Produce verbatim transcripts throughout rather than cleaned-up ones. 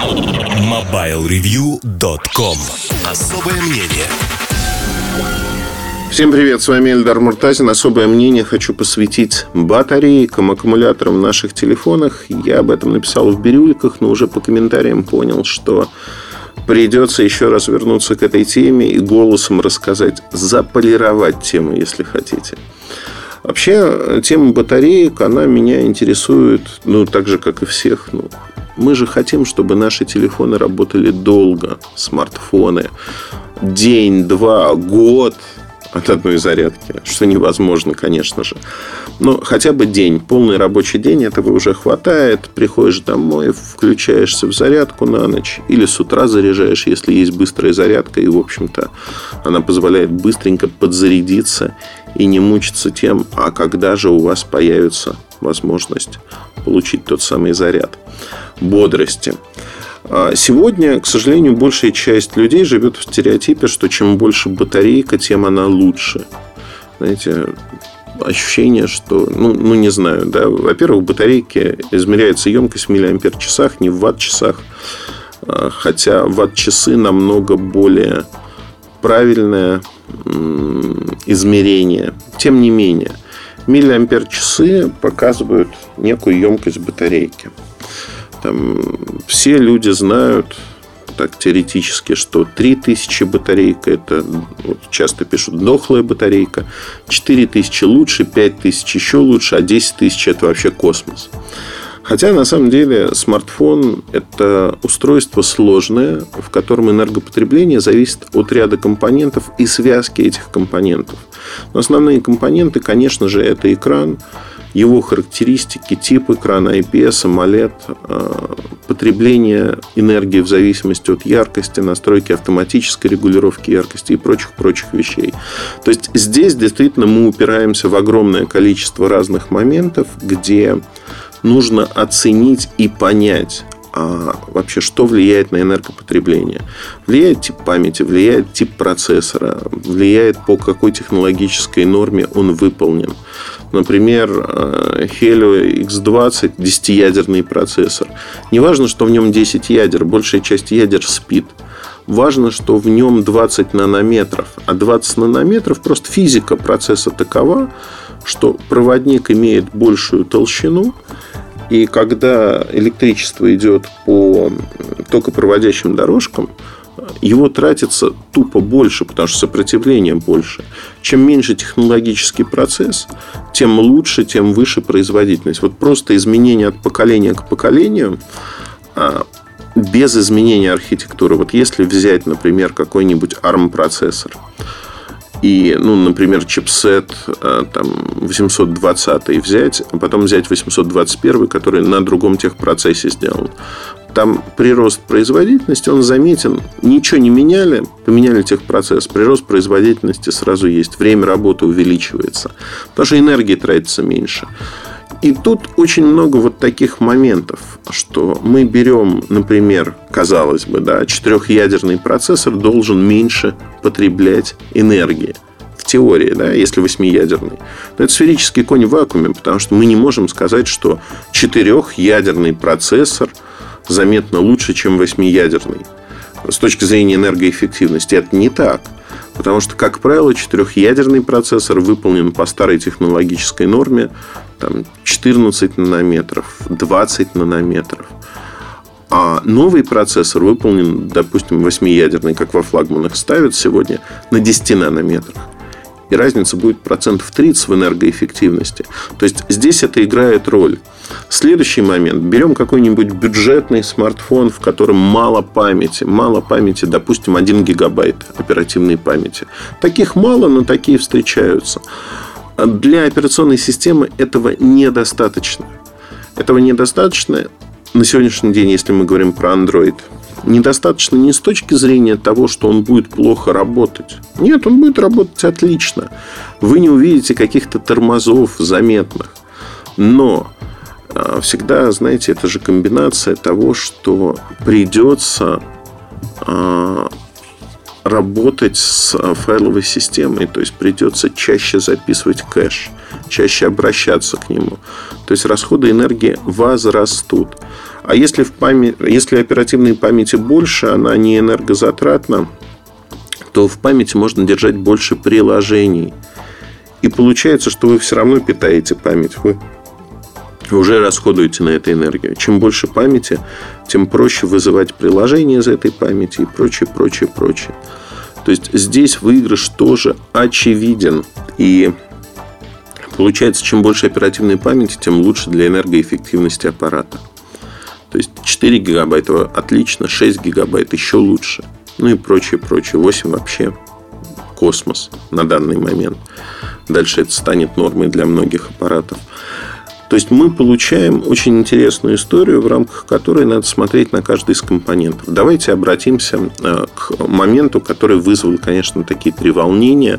мобайл ревью точка ком. Особое мнение. Всем привет, с вами Эльдар Муртазин. Особое мнение хочу посвятить батарейкам, аккумуляторам в наших телефонах. Я об этом написал в бирюльках, но уже по комментариям понял, что придется еще раз вернуться к этой теме и голосом рассказать, заполировать тему, если хотите. Вообще, тема батареек, она меня интересует, ну, так же, как и всех. Ну, мы же хотим, чтобы наши телефоны работали долго, смартфоны. День, два, год от одной зарядки, что невозможно, конечно же. Но хотя бы день, полный рабочий день, этого уже хватает. Приходишь домой, включаешься в зарядку на ночь или с утра заряжаешь, если есть быстрая зарядка. И, в общем-то, она позволяет быстренько подзарядиться и не мучиться тем, а когда же у вас появится возможность получить тот самый заряд бодрости. Сегодня, к сожалению, большая часть людей живет в стереотипе, что чем больше батарейка, тем она лучше. Знаете, ощущение, что, ну, ну не знаю, да. Во-первых, в батарейке измеряется емкость в миллиампер-часах, не в ватт-часах. Хотя ватт-часы намного более правильное измерение. Тем не менее, миллиампер-часы показывают некую емкость батарейки. Там все люди знают, так теоретически, что три тысячи батарейка, это вот, часто пишут дохлая батарейка, четыре тысячи лучше, пять тысяч еще лучше, а десять тысяч это вообще космос. Хотя на самом деле смартфон это устройство сложное, в котором энергопотребление зависит от ряда компонентов и связки этих компонентов. Но основные компоненты, конечно же, это экран, его характеристики, тип экрана, ай пи эс, AMOLED, потребление энергии в зависимости от яркости, настройки автоматической регулировки яркости и прочих-прочих вещей. То есть здесь действительно мы упираемся в огромное количество разных моментов, где нужно оценить и понять, а вообще, что влияет на энергопотребление. Влияет тип памяти, влияет тип процессора, влияет, по какой технологической норме он выполнен. Например, Helio икс двадцать десятиядерный процессор. Не важно, что в нем десять ядер, большая часть ядер спит. Важно, что в нем двадцать нанометров. А двадцать нанометров просто физика процесса такова, что проводник имеет большую толщину. И когда электричество идет по токопроводящим дорожкам, его тратится тупо больше, потому что сопротивление больше. Чем меньше технологический процесс, тем лучше, тем выше производительность. Вот просто изменение от поколения к поколению без изменения архитектуры. Вот если взять, например, какой-нибудь арм-процессор и, ну, например, чипсет там, восемьсот двадцать взять, а потом взять восемьсот двадцать один, который на другом техпроцессе сделан. Там прирост производительности, он заметен. Ничего не меняли, поменяли техпроцесс. Прирост производительности сразу есть. Время работы увеличивается. Потому что энергии тратится меньше. И тут очень много вот таких моментов, что мы берем, например, казалось бы, да, четырехъядерный процессор должен меньше потреблять энергии. В теории, да, если восьмиядерный. Но это сферический конь в вакууме, потому что мы не можем сказать, что четырехъядерный процессор заметно лучше, чем восьмиядерный. С точки зрения энергоэффективности это не так. Потому что, как правило, четырехъядерный процессор выполнен по старой технологической норме там, четырнадцать нанометров, двадцать нанометров. А новый процессор выполнен, допустим, восьмиядерный, как во флагманах ставят сегодня, на десяти нанометрах. И разница будет процентов тридцать в энергоэффективности. То есть здесь это играет роль. Следующий момент. Берем какой-нибудь бюджетный смартфон, в котором мало памяти. Мало памяти, допустим, один гигабайт оперативной памяти. Таких мало, но такие встречаются. Для операционной системы этого недостаточно. Этого недостаточно на сегодняшний день, если мы говорим про Android. Недостаточно не с точки зрения того, что он будет плохо работать. Нет, он будет работать отлично. Вы не увидите каких-то тормозов заметных. Но всегда, знаете, это же комбинация того, что придется работать с файловой системой. То есть придется чаще записывать кэш, чаще обращаться к нему. То есть расходы энергии возрастут. А если, в память, если оперативной памяти больше, она не энергозатратна, то в памяти можно держать больше приложений. И получается, что вы все равно питаете память. Вы уже расходуете на это энергию. Чем больше памяти, тем проще вызывать приложения из этой памяти и прочее, прочее, прочее. То есть здесь выигрыш тоже очевиден. И получается, чем больше оперативной памяти, тем лучше для энергоэффективности аппарата. То есть четыре гигабайта отлично, шесть гигабайт еще лучше. Ну и прочее, прочее. восемь вообще космос на данный момент. Дальше это станет нормой для многих аппаратов. То есть мы получаем очень интересную историю, в рамках которой надо смотреть на каждый из компонентов. Давайте обратимся к моменту, который вызвал, конечно, такие треволнения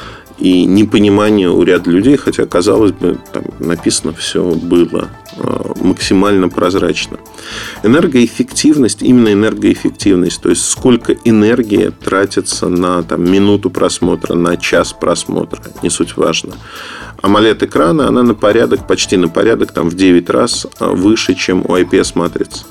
и непонимание у ряда людей, хотя, казалось бы, там написано все было максимально прозрачно. Энергоэффективность, именно энергоэффективность, то есть сколько энергии тратится на там, минуту просмотра, на час просмотра, не суть важно. AMOLED-экрана, она на порядок, почти на порядок, там, в девять раз выше, чем у ай пи эс-матриц.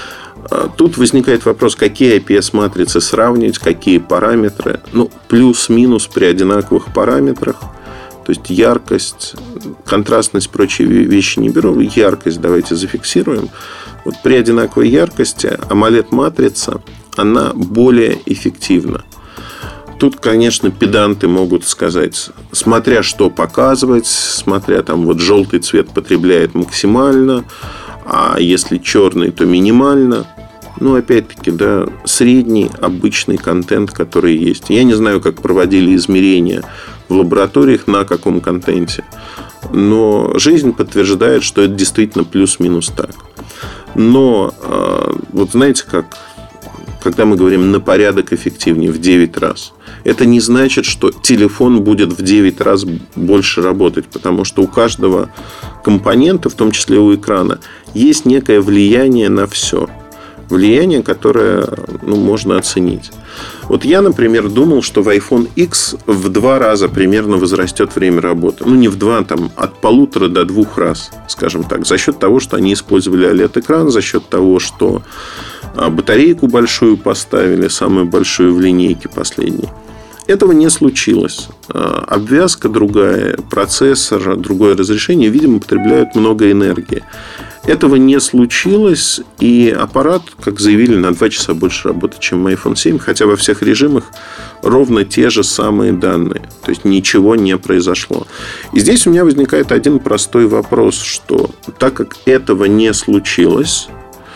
Тут возникает вопрос, какие ай пи эс-матрицы сравнивать, какие параметры. Ну, плюс-минус при одинаковых параметрах. То есть яркость, контрастность, прочие вещи не беру. Яркость давайте зафиксируем. Вот при одинаковой яркости AMOLED-матрица, она более эффективна. Тут, конечно, педанты могут сказать, смотря что показывать, смотря там вот желтый цвет потребляет максимально, а если черный, то минимально. Ну, опять-таки, да, средний, обычный контент, который есть. Я не знаю, как проводили измерения в лабораториях, на каком контенте. Но жизнь подтверждает, что это действительно плюс-минус так. Но, вот знаете, как, когда мы говорим на порядок эффективнее, в девять раз, это не значит, что телефон будет в девять раз больше работать, потому что у каждого компонента, в том числе у экрана, есть некое влияние на все. Влияние, которое ну, можно оценить. Вот я, например, думал, что в iPhone X в два раза примерно возрастет время работы. Ну, не в два, там, от полутора до двух раз, скажем так. За счет того, что они использовали о лед-экран, за счет того, что батарейку большую поставили, самую большую в линейке последней. Этого не случилось. Обвязка другая, процессор, другое разрешение, видимо, потребляют много энергии. Этого не случилось, и аппарат, как заявили, на два часа больше работает, чем iPhone семь, хотя во всех режимах ровно те же самые данные. То есть ничего не произошло. И здесь у меня возникает один простой вопрос, что так как этого не случилось,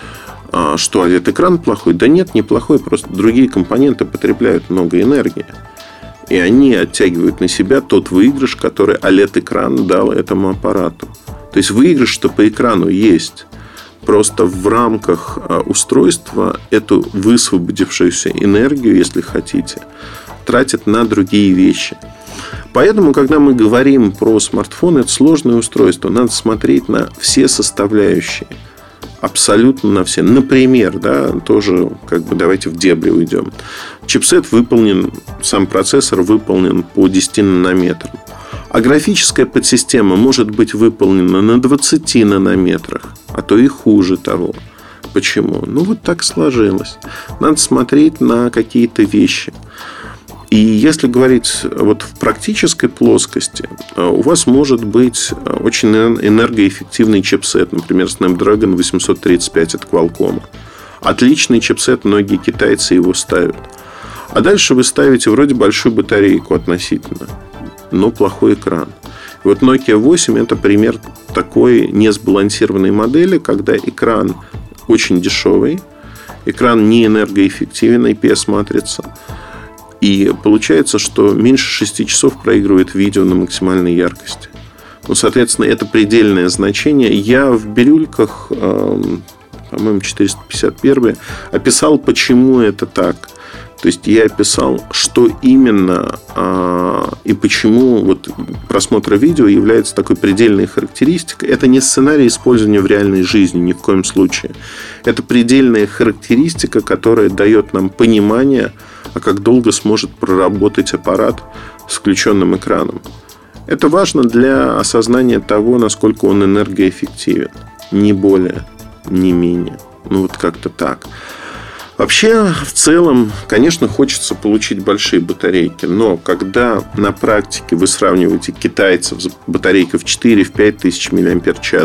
что о лед-экран плохой? Да нет, не плохой, просто другие компоненты потребляют много энергии. И они оттягивают на себя тот выигрыш, который о лед-экран дал этому аппарату. То есть выигрыш-то по экрану есть. Просто в рамках устройства эту высвободившуюся энергию, если хотите, тратят на другие вещи. Поэтому, когда мы говорим про смартфон, это сложное устройство. Надо смотреть на все составляющие. Абсолютно на все. Например, да, тоже как бы давайте в дебри уйдем. Чипсет выполнен, сам процессор выполнен по десяти нанометрам. А графическая подсистема может быть выполнена на двадцати нанометрах, а то и хуже того. Почему? Ну, вот так сложилось. Надо смотреть на какие-то вещи. И если говорить вот в практической плоскости, у вас может быть очень энергоэффективный чипсет, например, Snapdragon восемьсот тридцать пять от Qualcomm. Отличный чипсет, многие китайцы его ставят. А дальше вы ставите вроде большую батарейку относительно, но плохой экран. И вот Nokia восемь это пример такой несбалансированной модели, когда экран очень дешевый, экран не энергоэффективен, ай пи эс-матрица. И получается, что меньше шести часов проигрывает видео на максимальной яркости. Ну, соответственно, это предельное значение. Я в бирюльках, по-моему, четыреста пятьдесят один описал, почему это так. То есть я описал, что именно и почему вот просмотр видео является такой предельной характеристикой. Это не сценарий использования в реальной жизни, ни в коем случае. Это предельная характеристика, которая дает нам понимание, а как долго сможет проработать аппарат с включенным экраном. Это важно для осознания того, насколько он энергоэффективен, не более. не менее. Ну, вот как-то так. Вообще, в целом, конечно, хочется получить большие батарейки. Но когда на практике вы сравниваете китайцев с батарейкой в четыре-пять тысяч мАч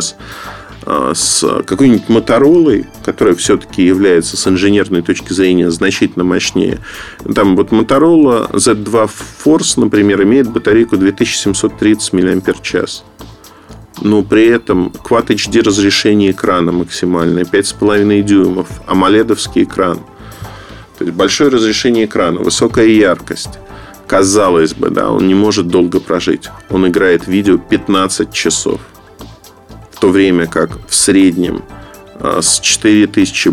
с какой-нибудь Моторолой, которая все-таки является с инженерной точки зрения значительно мощнее. Там вот Motorola зет два Force, например, имеет батарейку две тысячи семьсот тридцать мАч. Но при этом Quad эйч ди разрешение экрана максимальное, пять с половиной дюймов, амоледовский экран. То есть большое разрешение экрана, высокая яркость. Казалось бы, да, он не может долго прожить. Он играет видео пятнадцать часов. В то время как в среднем с четыре тысячи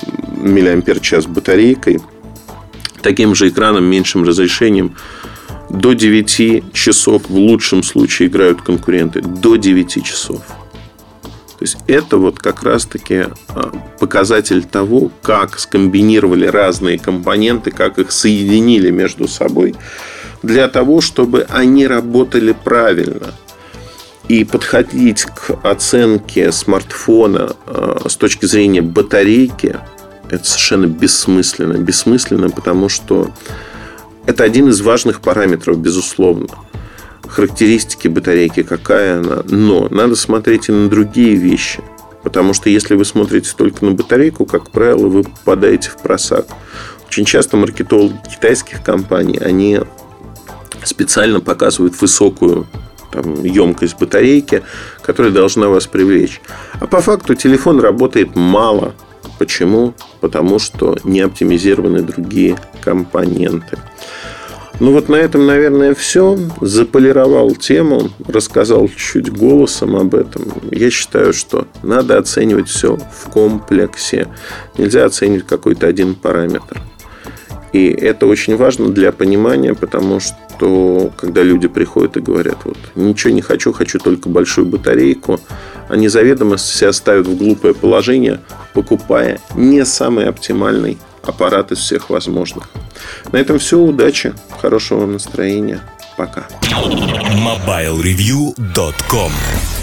мАч батарейкой, таким же экраном, меньшим разрешением, до девяти часов в лучшем случае играют конкуренты. До девяти часов. То есть это вот как раз-таки показатель того, как скомбинировали разные компоненты, как их соединили между собой для того, чтобы они работали правильно. И подходить к оценке смартфона с точки зрения батарейки — это совершенно бессмысленно. Бессмысленно, потому что это один из важных параметров, безусловно. Характеристики батарейки, какая она. Но надо смотреть и на другие вещи. Потому что если вы смотрите только на батарейку, как правило, вы попадаете в просак. Очень часто маркетологи китайских компаний, они специально показывают высокую там, емкость батарейки, которая должна вас привлечь. А по факту телефон работает мало. Почему? Потому что не оптимизированы другие компоненты. Ну вот на этом, наверное, все. Заполировал тему, рассказал чуть голосом об этом. Я считаю, что надо оценивать все в комплексе. Нельзя оценивать какой-то один параметр. И это очень важно для понимания, потому что когда люди приходят и говорят, вот ничего не хочу, хочу только большую батарейку, они заведомо себя ставят в глупое положение, покупая не самый оптимальный аппарат из всех возможных. На этом все. Удачи, хорошего настроения. Пока. мобайл ревью точка ком